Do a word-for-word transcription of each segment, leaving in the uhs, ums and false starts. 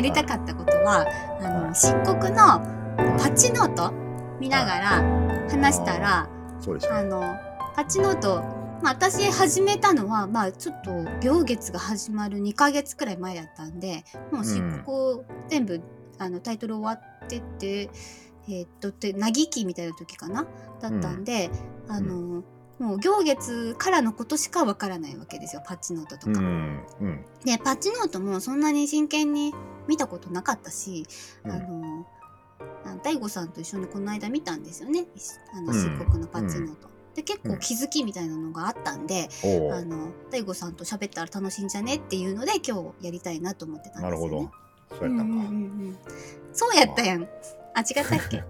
やりたかったことは、あの漆黒のパッチノート見ながら話したら、 そうでしょあのパッチノート、まあ、私始めたのは、まあ、ちょっと行月が始まるにかげつくらい前だったんで、もう漆黒全部、あのタイトル終わってて、えー、っとってなぎきみたいな時かなだったんで、うん、あのもう行月からのことしかわからないわけですよ、パッチノートとか、 うんうん、 でパッチノートもそんなに真剣に見たことなかったし、うん、あの大悟さんと一緒にこの間見たんですよね、あの漆黒のパッチノート、うんうん、で結構気づきみたいなのがあったんで、うん、あの大悟さんと喋ったら楽しいんじゃねっていうので今日やりたいなと思ってたんですよね。 なるほど、そうやったんか、うんうんうん、 そうやったやん。あ、違ったっけ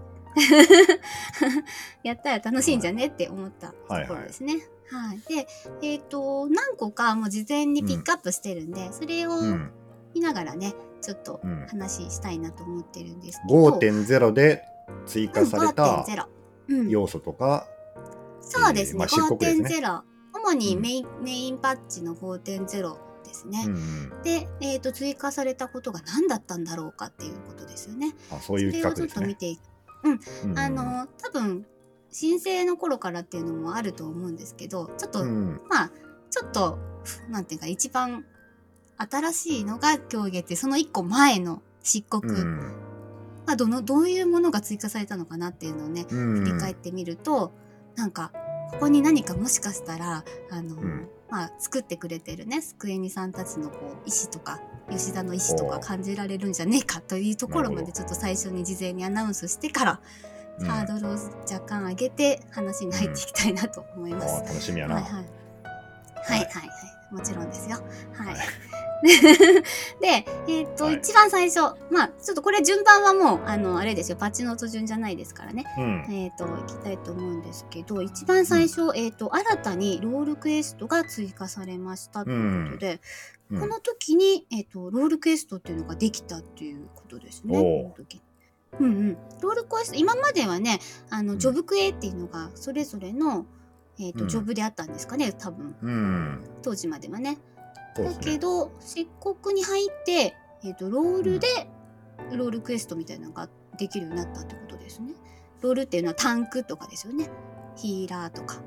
やったら楽しいんじゃねって思ったところですね。はい、はいはい、で、えっ、ー、と何個かもう事前にピックアップしてるんで、うん、それを見ながらねちょっと話したいなと思ってるんですけど、 ごてんゼロ で追加された要素とか、 うん、そうですね、まあ、ごてんゼロ、主にメイン、うん、メインパッチの ごてんゼロ ですね、うんうん、で、えーと、追加されたことが何だったんだろうかっていうことですよね。 あ、そういう企画ですね。 それをちょっと見ていく、うん、うん、あの多分申請の頃からっていうのもあると思うんですけど、ちょっと、うん、まあちょっとなんていうか一番新しいのが行月、そのいっこまえの漆黒、うん、まあ、どのどういうものが追加されたのかなっていうのをね、うん、振り返ってみると、なんかここに何かもしかしたらあの、うん、まあ、作ってくれてるねスクエニさんたちのこう意思とか吉田の意思とか感じられるんじゃねえかというところまでちょっと最初に事前にアナウンスしてから、うん、ハードルを若干上げて話に入っていきたいなと思います。 うん、楽しみやな。 はいはい、はいはいはいはい、もちろんですよ。はい。はいで、えっ、ー、と、はい、一番最初、まあ、ちょっとこれ順番はもう、あの、あれですよ、パッチノート順じゃないですからね。うん、えっ、ー、と、いきたいと思うんですけど、一番最初、うん、えっ、ー、と、新たにロールクエストが追加されましたということで、うん、この時に、えっ、と、ロールクエストっていうのができたっていうことですね。この時。うんうん。ロールクエスト、今まではね、あの、ジョブクエっていうのが、それぞれの、えっ、と、うん、ジョブであったんですかね、多分。うん、当時まではね。だけど、漆黒に入って、えーと、ロールでロールクエストみたいなのができるようになったってことですね。ロールっていうのはタンクとかですよね。ヒーラーとか。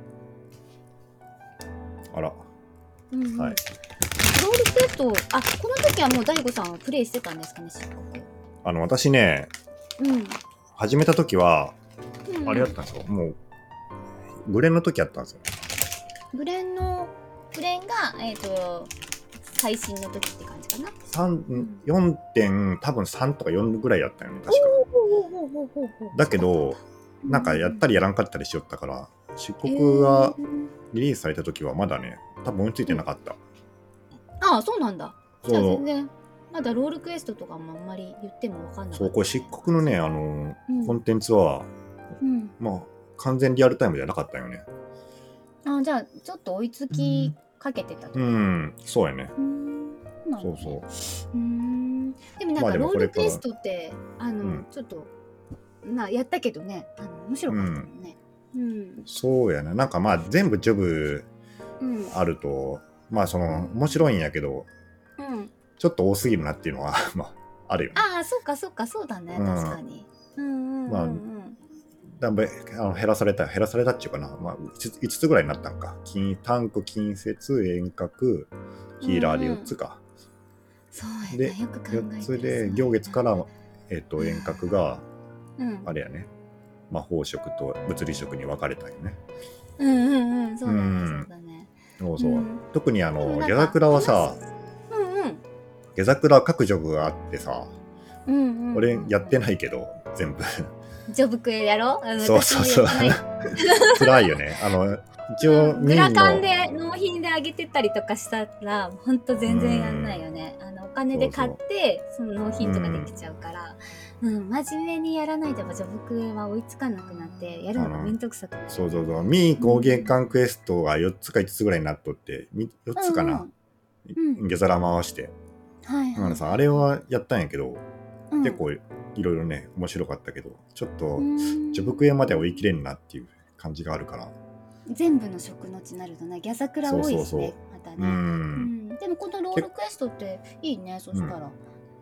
あら。 うんうん、はい。ロールクエスト、あ、この時はもう大悟さんはプレイしてたんですかね、漆黒。 あの、私ね、うん、始めた時は、うん、あれやったんですよ。もう、グレンの時やったんですよ。 グレンの、グレンが、えっ、ー、と、最新の時って感じかな。 よんてん多分さんとかよんぐらいやったよね、確か。だけど、なんかやったりやらんかったりしよったから、漆黒がリリースされた時はまだね、多分追いついてなかった。 うん、ああ、そうなんだ。じゃあ全然、まだロールクエストとかもあんまり言っても分かんない。 そう、これ漆黒のね、あの、うん、コンテンツは、うん、まあ、完全リアルタイムじゃなかったよね。 あ、じゃあ、ちょっと追いつきかけてたと。 うん、うん、そうやね。 ね、 そうそう。 うーん、でもなんかロールクエストって、まあ、あの、うん、ちょっとまあやったけどね、あの面白かったもんね。うん。うん、 そうやな。なんかまあ全部ジョブあると、うん、まあその面白いんやけど、うん、ちょっと多すぎるなっていうのはまああるよね。 ああ、そうかそうかそうだね、うん、確かに。うんうんうんうん。まあだんだんあの減らされた減らされたっていうかな、まあ、いつつぐらいになったんか。金タンク、近接、遠隔、ヒーラーでよっつか。 そうやな、よく考えてる。 よっつで行月から、えー、と遠隔が、うん、あれやね、魔法色と物理色に分かれたよね。 うんうんうん、そうだね、うん、そうだね。 そうそう、うん、特にあの下桜はさ、うんうん、下桜各ジョブがあってさ、うんうんうん、俺やってないけど全部ジョブクエやろう。 そうそうそう辛いよね。あの一応、 うん、グラカンで納品であげてたりとかしたらほんと全然やんないよね。あのお金で買ってその納品とかできちゃうから、うん、うん、真面目にやらないとジョブクエは追いつかなくなってやるのがめんどくさくなる。 そうそうそう、ミー工芸館クエストがよっつかいつつぐらいになっとって、よっつかな、うんうん、下皿回して、はいはいはい、さあれはやったんやけど、うん、結構いろいろね面白かったけど、ちょっとジョブクエまでは追い切れんなっていう感じがあるから。 全部の食の地になるとね、ギャザクラ多いですね。そうそうそう、またね。うん、うん、でもこのロールクエストっていいね、そしたら。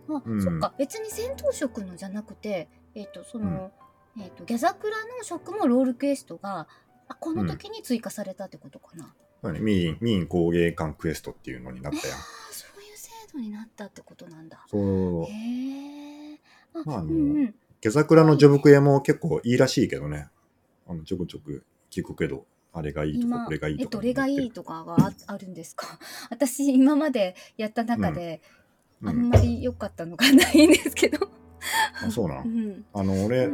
あ、うん、そっか、別に戦闘職のじゃなくて、えっ、ー、と、その、うん、えっ、ー、と、ギャザクラの職もロールクエストが、あ、この時に追加されたってことかな。 うん、ミーン、ミーン工芸館クエストっていうのになったやん。 ああ、そういう制度になったってことなんだ。 そう。 へえ。あ、 まあ、あの、 うんうん、 ギャザクラのジョブクエも結構いいらしいけどね。あのちょくちょく聞くけど、あれがいいとかこれがいいとか。 え、どれがいいとかが あ, あるんですか？私今までやった中で、うん、あんまり良かったのがないんですけど。 あ、そうなの、うん、あの俺、うん、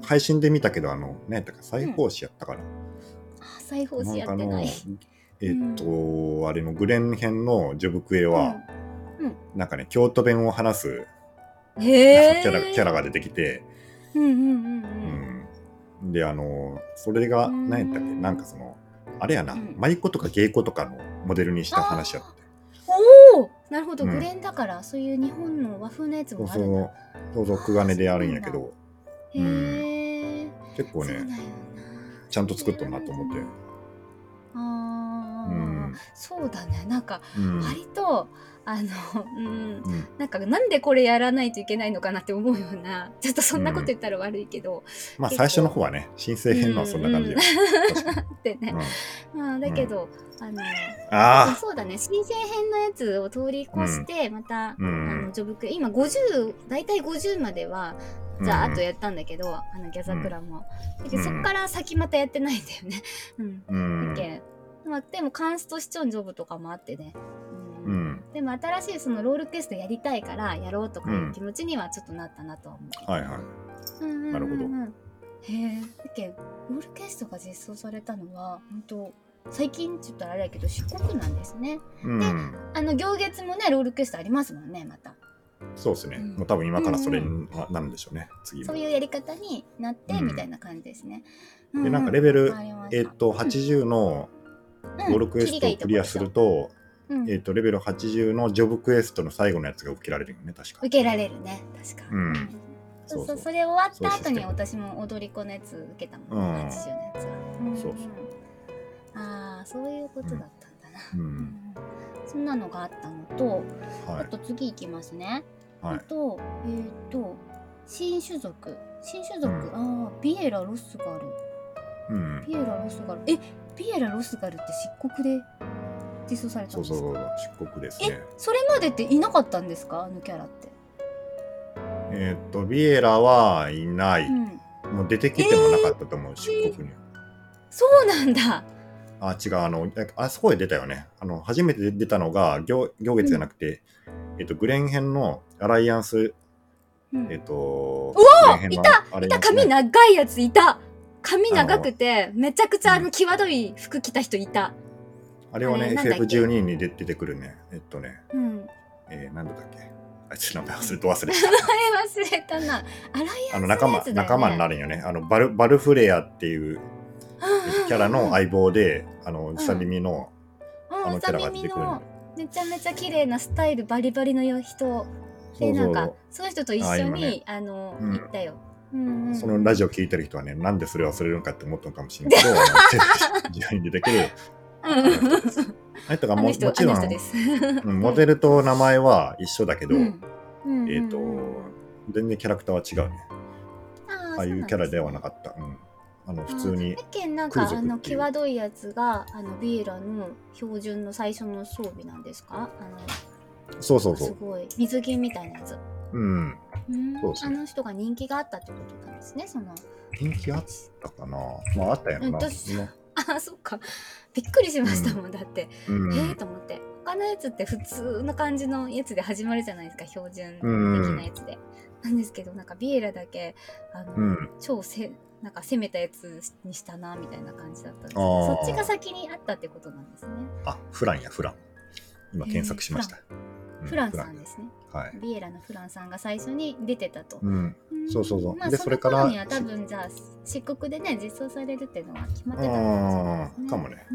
配信で見たけど、あの何やったか裁縫師やったから、うん、 あ、裁縫師やってない。 えー、っと、うん、あれのグレン編のジョブクエは、うんうん、なんかね京都弁を話すキャラ、キャラが出てきて、うんうんうんうん、であのそれが何やったっけ、なんかそのあれやな、うん、舞妓とか芸妓とかのモデルにした話やって。 おお、なるほど、うん、グレンだからそういう日本の和風のやつもあるんだ。 そうそう、クガネでやるんやけど、 へえ、 うん、結構ねちゃんと作っとるなと思って。 ああ、うん、そうだね、なんか割と、うん、あの、うんうん、なんかなんでこれやらないといけないのかなって思うような、ちょっとそんなこと言ったら悪いけど、うん、 まあ最初の方はね、新生編のはそんな感じよ。 ってね、うん、まあだけど、うん、あのあそうだね、新生編のやつを通り越して、うん、また、うん、あのジョブクエ今ごじゅう、大体ごじゅうまではじゃああとやったんだけど、あのギャザクラも、うん、だけどそっから先またやってないんだよね。うん、うん、だけまあ、でもカンストシチョンジョブとかもあってね、うんうん、でも新しいそのロールクエストやりたいからやろうとかいう気持ちにはちょっとなったなとは思う、 うん、はいはい、うんうんうんうん、なるほど。 へえ、だけロールクエストが実装されたのは本当最近って言ったらあれだけど四国なんですね、うん、であの行月もねロールクエストありますもんね、また。 そうですね、うん、もう多分今からそれになるんでしょうね、うんうん、次もそういうやり方になってみたいな感じですね、 うん、でなんかレベル、えー、っとはちじゅうのロールクエストをクリアすると、うん、えー、とレベルはちじゅうのジョブクエストの最後のやつが受けられるよね、確か。 受けられるね、確か。うん、そうそう、それ終わった後に私も踊り子のやつ受けたもん、うん、はちじゅうのやつは。うん、そうそう。ああ、そういうことだったんだな。うんうん、そんなのがあったのと、はい、あと次いきますね。はい、あと、えっ、ー、と、新種族。新種族、うん、ああ、ビエラ・ロスガル。うん、ビエラ・ロスガル。え、ビエラ・ロスガルって漆黒で実装されたんですか？ そうそうそう、漆黒ですね。 え、それまでっていなかったんですか、あのキャラって？ えー、っとビエラはいない、うん、もう出てきてもなかったと思う、えー、漆黒に。 そうなんだ。 あ、違う、あのあそこで出たよね。あの初めて出たのが行月じゃなくて、うん、えー、っとグレン編のアライアンス、うん、えー、っとおお、いたいた、髪長いやついた。髪長くてめちゃくちゃあの際どい服着た人いた。 あれはね エフエフじゅうに に出てくるね。えっとね、うん、えー、なんだっけ、あいつ名前忘れと忘れた。 名前忘れたな。アライアンスのやつだよね。あの仲間仲間になるんよね。あのバルバルフレアっていうキャラの相棒で、あのうさ耳の、 うん、あのキャラが出てくる。めちゃめちゃ綺麗なスタイルバリバリの人で、なんかその人と一緒に あ,、ね、あの、うん、行ったよ。うんうん、 そのラジオ聞いてる人はね、なんでそれ忘れるのかって思ったのかもしれないけど、自分に出てくる。あれとか も, もちろん、うん、モデルと名前は一緒だけど、うんうん、えっ、ー、と全然キャラクターは違うね。あ, ああいうキャラではなかった。うん、あの普通に。 世間なんかあの際どいやつがあのビエラの標準の最初の装備なんですか？あのそうそうそう。 すごい水着みたいなやつ。 うん。 うんそうですね、あの人が人気があったってことなんですね。その人気あったかな。まああったやろな。 あ、そっか。びっくりしましたもん、うん、だって。うん、えーと思って。他のやつって普通の感じのやつで始まるじゃないですか、標準的なやつで。うん、なんですけど、なんかビエラだけあの、うん、超せなんか攻めたやつにしたなみたいな感じだったんですけど、そっちが先にあったってことなんですね。 あ、フランやフラン。今検索しました。 フランさんですね、 はい、 ビエラのフランさんが最初に出てたと、 うん、そうそうそう、 まあ、でそれからその頃には多分じゃあ漆黒でね実装されるっていうのは決まってたんですね。 かもね。うん、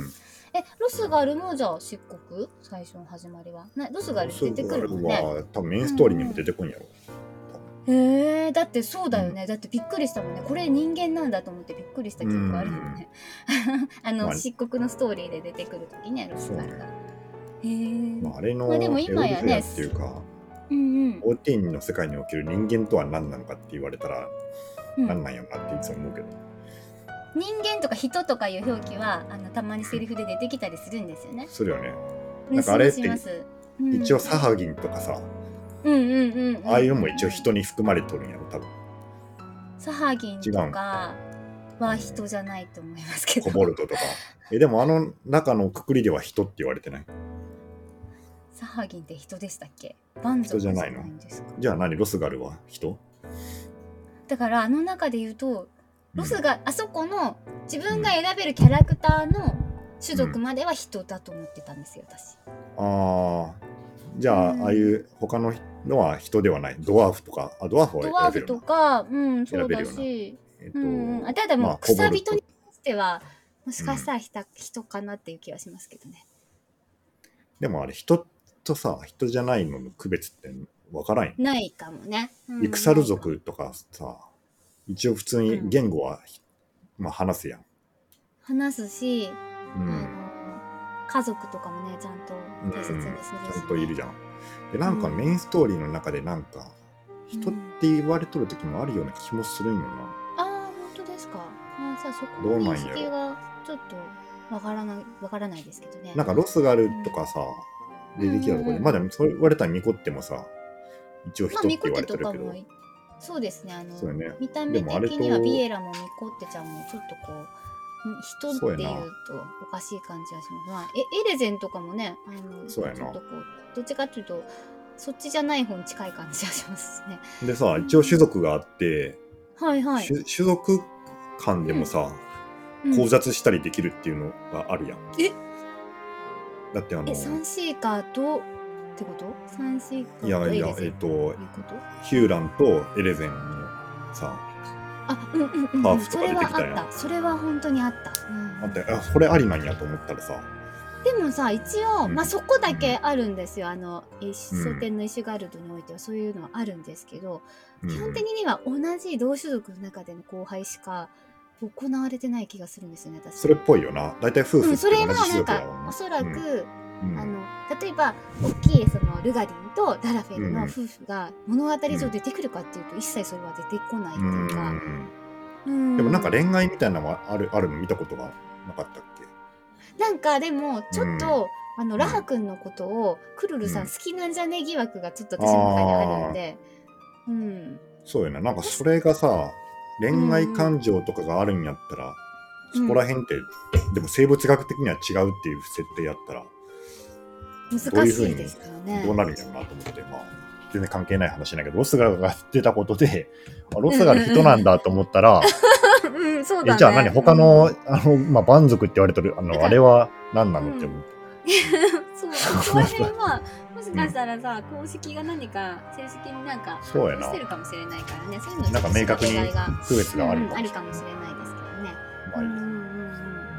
え、ロスガルもじゃあ漆黒最初の始まりはな、ロスガル出てくるもんね。 ロスガルは多分メインストーリーにも出てこんやろ、 うん、へえ、だってそうだよね、うん、だってびっくりしたもんね。これ人間なんだと思ってびっくりした記憶あるもんね、うん、あの、まあ、漆黒のストーリーで出てくる時ね、ロスガルが。へえ、 まあ、あれの、まあ、でも今やねっていうか、 うんうん、 フォーティーンの世界における人間とは何なのかって言われたら、うん、何なんやろなっていつも思うけど。 人間とか人とかいう表記はあのたまにセリフで出てきたりするんですよね。 するよね。なんかあれって一応サハギンとかさ、 うんうんうんうん、 ああいうのも一応人に含まれとるんやろ多分。 サハギンとかは人じゃないと思いますけど。 コボルトとか。えでもあの中のくくりでは人って言われてない？ サハギンって人でしたっけ？バンゾ人じゃないの？じゃあ何？ロスガルは人？ だからあの中で言うとロスが、うん、あそこの自分が選べるキャラクターの種族までは人だと思ってたんですよ、私。 ああ、じゃあ、うん、ああいう他ののは人ではない。ドワーフとか、あ、ドワーフはドワーフとか、うん、そうだし、えっと、うん、あただもう草人に関しては、もしかしたら 人,、うん、人かなっていう気はしますけどね。 でもあれ、人とさ、人じゃないのの区別って分からんよ。 ないかもね。 うん、イクサル族とかさ、一応普通に言語は、うん、まあ話すやん。 話すし、うん、あの家族とかもねちゃんと大切にするし、ね、 うん、ちゃんといるじゃん。でなんかメインストーリーの中でなんか、うん、人って言われとる時もあるような気もするんよな。 ああ本当ですか。あさあそこの認識がちょっとわからないわからないですけどね。 なんかロスがあるとかさ、うん、出てきたところで、うんうん、まだそう言われたらミコってもさ一応人って言われてるけど、まあ、 そうですねあのそうね、 見た目的にはビエラもミコってちゃんもちょっとこう人っていうとおかしい感じがします。まあ、えエレゼンとかもね、あのそうやな、 ちょっとこうどっちかというとそっちじゃない方に近い感じがしますね。 でさ、一応種族があって、 うん、はいはい。 種族間でもさ、うん、交雑したりできるっていうのがあるやん。 え？ だってあのえサンシーカーとってこと？サンシーカーといやいやえっ、ー、とヒューランとエレゼンのさ。 あ、うんうんうん、 ハーフとか出てきたやん。 それは本当にあった。 うん、あって、あ、これありなんやと思ったらさ。 でもさ、一応、うん、まあそこだけあるんですよ。あの蒼天のイシュガルドにおいてはそういうのはあるんですけど、うん、基本的には同じ同種族の中での交配しか行われてない気がするんですよね。私。 それっぽいよな。大体夫婦って同じ種族だもんね。 うん、それもなんかおそらく、うん、あの例えば大きいそのルガリンとダラフェルの夫婦が物語上出てくるかっていうと、うん、一切それは出てこないっていうか。うんうん、でもなんか恋愛みたいなのがある、あるの見たことがなかったっけ？ なんかでもちょっと、うん、あのラハ君のことをクルルさん好きなんじゃね疑惑がちょっと私の中にあるんで、うん、 そうやな。なんかそれがさ恋愛感情とかがあるんやったら、うん、そこら辺って、うん、でも生物学的には違うっていう設定やったら難しいですからね。 どうなるんやろうなと思って、まあ全然関係ない話だけど、ロスガルが出たことで、ロスガル人なんだと思ったら、 うんうんそうだね、 えじゃあ何他の、あの、まあ、蛮族って言われてる、あの、あれは何なのって思って。 そう、その辺は、もしかしたらさ、公式が何か、正式になんか、 そうやな。 してるかもしれないからね、そういうのなんか明確に区別があるかもしれない、うん、あるかもしれないですけどね。まあいい、うんうんうん、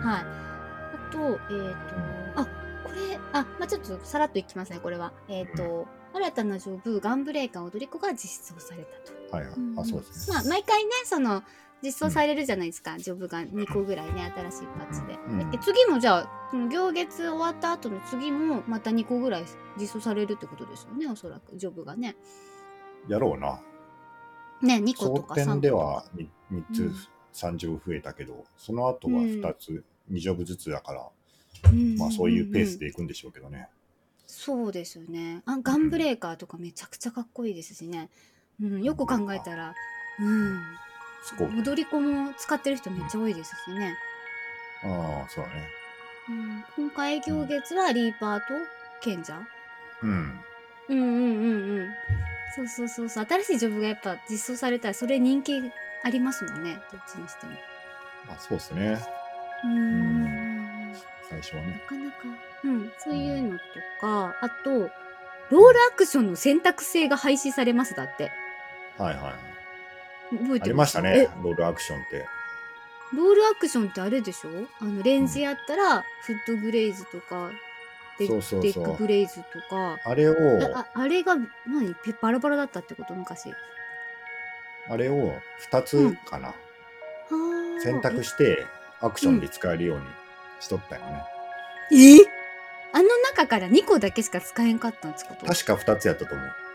はい。あと、えっ、ー、と、あ、これ、あ、まあちょっとさらっといきますね、これは。えっ、ー、と、うん、新たなジョブガンブレーカー踊り子が実装されたと。 はいはい。うん、あ、そうですね。 まあ毎回ね、その、実装されるじゃないですか、うん、ジョブがにこぐらいね、新しいパッチで。うん、え次もじゃあ、その行月終わった後の次もまたにこぐらい実装されるってことですよね、おそらく、ジョブがね。 やろうな。 ね、にことかさんことか。 争点では みっつ、うん、さんジョブ増えたけど、その後はふたつ、うん、にジョブずつだから、うん、まあそういうペースでいくんでしょうけどね。うんうんうん、 そうですよね。あ、ガンブレーカーとかめちゃくちゃかっこいいですしね。うん、よく考えたら、うん。踊り子も使ってる人めっちゃ多いですしね。 ああ、そうだね。 うん、今回行月はリーパーと賢者、 うん、 うんうんうんうん。そうそうそうそう。新しいジョブがやっぱ実装されたらそれ人気ありますもんね。どっちにしても。 あ、そうですね。 うーん。 最初はね。 なかなか、うん、そういうのとか、あと、ロールアクションの選択性が廃止されますだって。 はいはい。 覚えてます？ ありましたね、ロールアクションって。 ロールアクションってあれでしょ？あのレンジやったら、フットグレイズとか、デックグレイズとか。 あれを、 あ、あれが何バラバラだったってこと昔。 あれをふたつかな、うん、選択してアクションで使えるようにしとったよね。 え、あの中からにこだけしか使えんかったんですか？ 確かふたつやったと思う。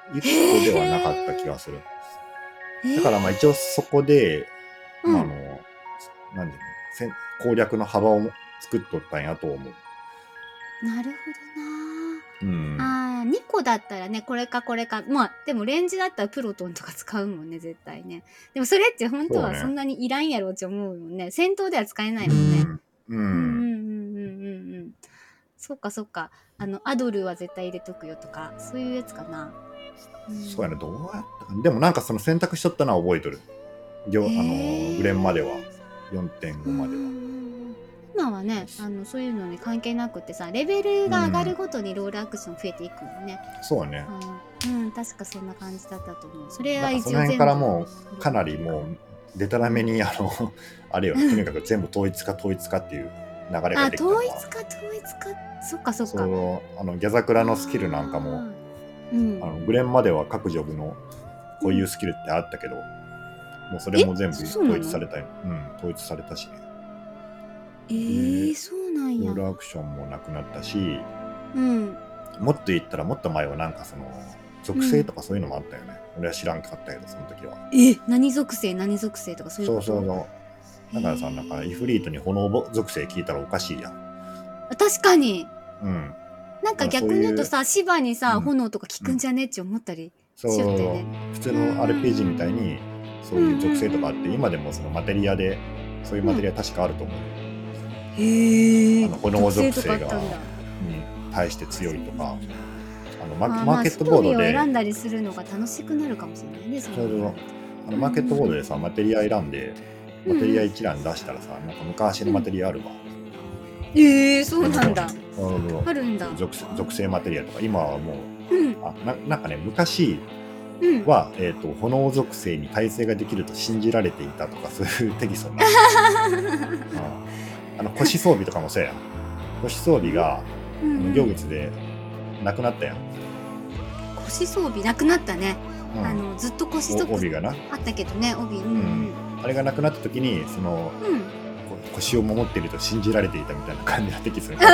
いっこではなかった気がする。だからまあ一応そこで、 うんまあ、あの何ていうの攻略の幅を作っとったんやと思う。 なるほどな。 うん、 ああ、にこだったらね、これかこれか。まあ、でもレンジだったらプロトンとか使うもんね、絶対ね。でもそれって本当はそんなにいらんやろって思うもんね。戦闘では使えないもんね。 うん。うん。 うんうんうんうんうんうん。そっかそっか。あの、アドルは絶対入れとくよとか、そういうやつかな。 うん、そうやね、どうやったか。でもなんかその選択しとったのは覚えとる。あのグレンまでは、よんてんごまでは。 今はね、あのそういうのに関係なくてさ、レベルが上がるごとにロールアクション増えていくのね。 うん、そうね。 うん、確かそんな感じだったと思う。それは一応その辺からもうかなりもうデタラメにあのあれよ、とにかく全部統一か統一かっていう流れができたのは。 あ、統一か統一か。そっかそっか。 そうあのギャザクラのスキルなんかも、うん、あのグレンまでは各ジョブのこういうスキルってあったけど、うん、もうそれも全部統一されたよ。うん、統一されたしね。 えー、そうなんや。 ロールアクションもなくなったし、 うん、 もっと言ったらもっと前はなんかその属性とかそういうのもあったよね。うん、俺は知らんかったけどその時は。 え、何属性何属性とかそういうこと？ そうそうそう。だからさ、なんかイフリートに炎属性聞いたらおかしいやん。 確かに。 うん。 なんか逆に言うとさ、芝にさ、うん、炎とか効くんじゃねって思ったりしよったよね。 普通の アールピージー みたいにそういう属性とかあって、うん、今でもそのマテリアでそういうマテリア確かあると思う。うんへえ。 炎属性がに対して強いとか、あのママーケットボードで、 まあ、選んだりするのが楽しくなるかもしれないね。 そうそうそう。あのマーケットボードでさ、マテリア選んで、マテリア一覧出したらさ、なんか昔のマテリアあるわ。 うん、えー、そうなんだ。 あるんだ。属, 属性マテリアとか、今はもう、うん、あ な, なんかね、昔は、うん、えーと、炎属性に耐性ができると信じられていたとか、そういうテキストになってあの腰装備とかもそうやん。腰装備が、うん、行月でなくなったやん。 腰装備なくなったね。うん、あのずっと腰装備がなあったけどね、帯、うんうん、 あれがなくなった時にその、うん、腰を守っていると信じられていたみたいな感じができする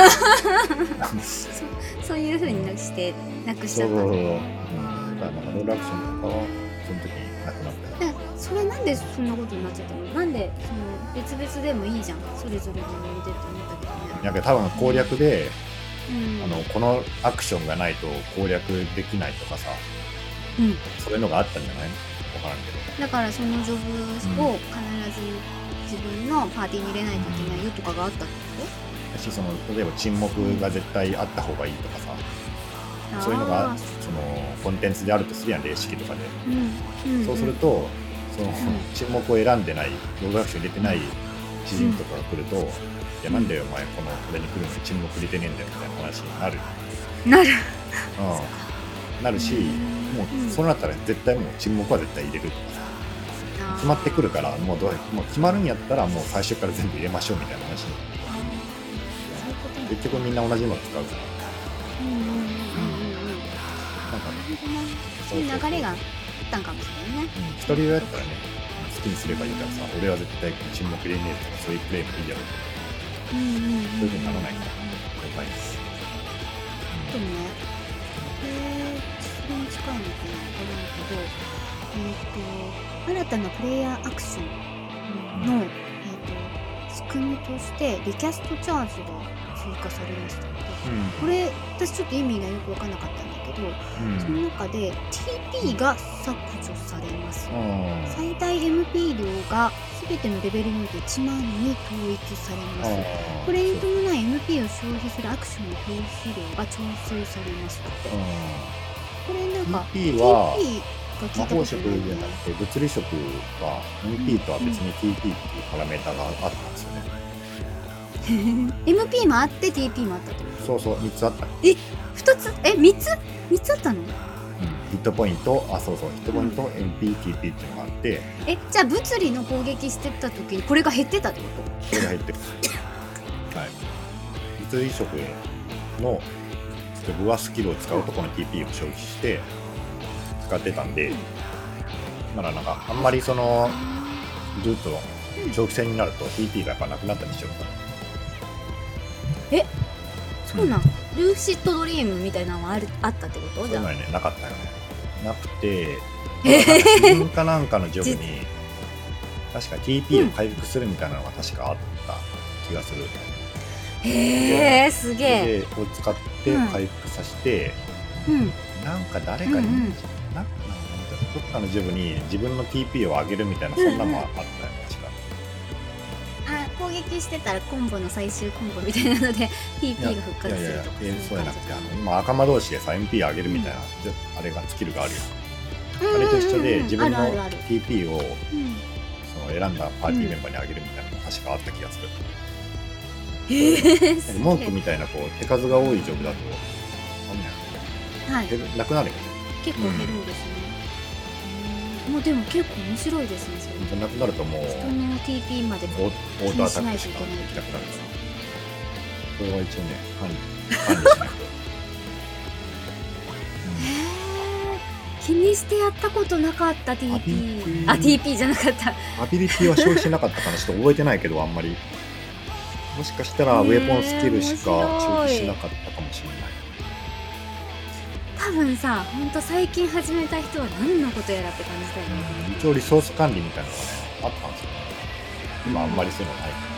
そ, そういう風にしてなくしちゃった。 そうそうそう、うん、だからなんかロールアクションとかはその時になくなった。 それなんでそんなことになっちゃったの？なんでその別々でもいいじゃん、それぞれのノリでって思ったけどね。 なんか多分攻略で、 うん、 あのこのアクションがないと攻略できないとかさ、うん、そういうのがあったんじゃない？分からんけど。 だからそのジョブを必ず自分のパーティーに入れないといけないよとかがあったってこと？ だし、その例えば沈黙が絶対あった方がいいとかさ、うん、そういうのがそのコンテンツであるとするやん、霊式とかで、うんうんうん、そうするとその、うん、沈黙を選んでない、ロールアクション入れてない知人とかが来ると、うん、いやなんでお前このこれに来るのに沈黙入れてねえんだよみたいな話になる。 なる。 うん、なるし、もうそうなったら絶対もう沈黙は絶対入れるとかさ、決まってくるからもうどうもう決まるんやったらもう最初から全部入れましょうみたいな話になる。結局みんな同じの使うから。 うんうんうんうんうん。なんかそういう流れがあったんかもしれないね。 うん、一人用やったらね、好きにすればいいからさ、俺は絶対沈黙入れねえとかそういうプレイもいいやろうけど、うんうんうんうん、そういう風にならないから了解です。 でもね、えー、それに近いのかな、分からんけど、えー、と新たなプレイヤーアクションの、うん、えー、と仕組みとしてリキャストチャージが追加されましたので、うん、これ私ちょっと意味がよく分からなかったんだけど、うん、その中で ティーピー が削除されます、うん、最大 エムピー 量が全てのレベルにおいていちまんに統一されます。これに伴い エムピー を消費するアクションの消費量が調整されますって。これなんかティーピー は魔法色じゃなくて物理色は エムピー とは別に ティーピー っていうパラメータがあったんですよね。 エムピー もあって ティーピー もあったってこと？ そうそう、みっつあった。 え、ふたつ？え、みっつ？みっつあったの？うん、 ヒットポイント、あ、そうそう、ヒットポイント、エムピー、ティーピー っていうのがあって。 え、じゃあ物理の攻撃してった時にこれが減ってたってこと？ これが減ってる。はい。物理色のジョブはスキルを使うとこの ティーピー を消費して使ってたんで、だからなんかあんまりそのずっと長期戦になると ティーピー がやっぱなくなったりしちゃうから。 え、そうなん、うん、ルーシッドドリームみたいなのはあるあったってこと？ そういうのはね、なかったよね。 なくて、自分かなんかのジョブに確か ティーピー を回復するみたいなのが確かあった気がする。 へえ、すげえ。 でを使って回復させて、 うん、 なんか誰かに、うんうん、なんかどっかのジョブに自分の ティーピー を上げるみたいな、そんなのもあったよ、確か。 あ、攻撃してたらコンボの最終コンボみたいなので ティーピー が復活するとか。いやいやいや、 そうじゃなくて、あの今仲間同士でさ エムピー 上げるみたいな、うん、あれがスキルがあるよ。あれと一緒で自分の ティーピー をその選んだパーティーメンバーにあげるみたいなのが確かあった気がする。へえ、うん、文句みたいなこう手数が多いジョブだとはい、 なくなるよね。 結構減るんですね。うん、もうでも結構面白いですね。 それなくなるともう人の ティーピー までオートアタックしかできなくなるから。それは一応ね管理管理しないと。 気にしてやったことなかった ティーピー。あ、ティーピー じゃなかった。 アビリティは消費しなかったかな、ちょっと覚えてないけど、あんまり。もしかしたらウェポンスキルしか消費しなかったかもしれない。 多分さ、ほんと最近始めた人は何のことやらって感じだよね。 うん、一応リソース管理みたいなのがね、あったんですよね。今あんまりそういうのないから。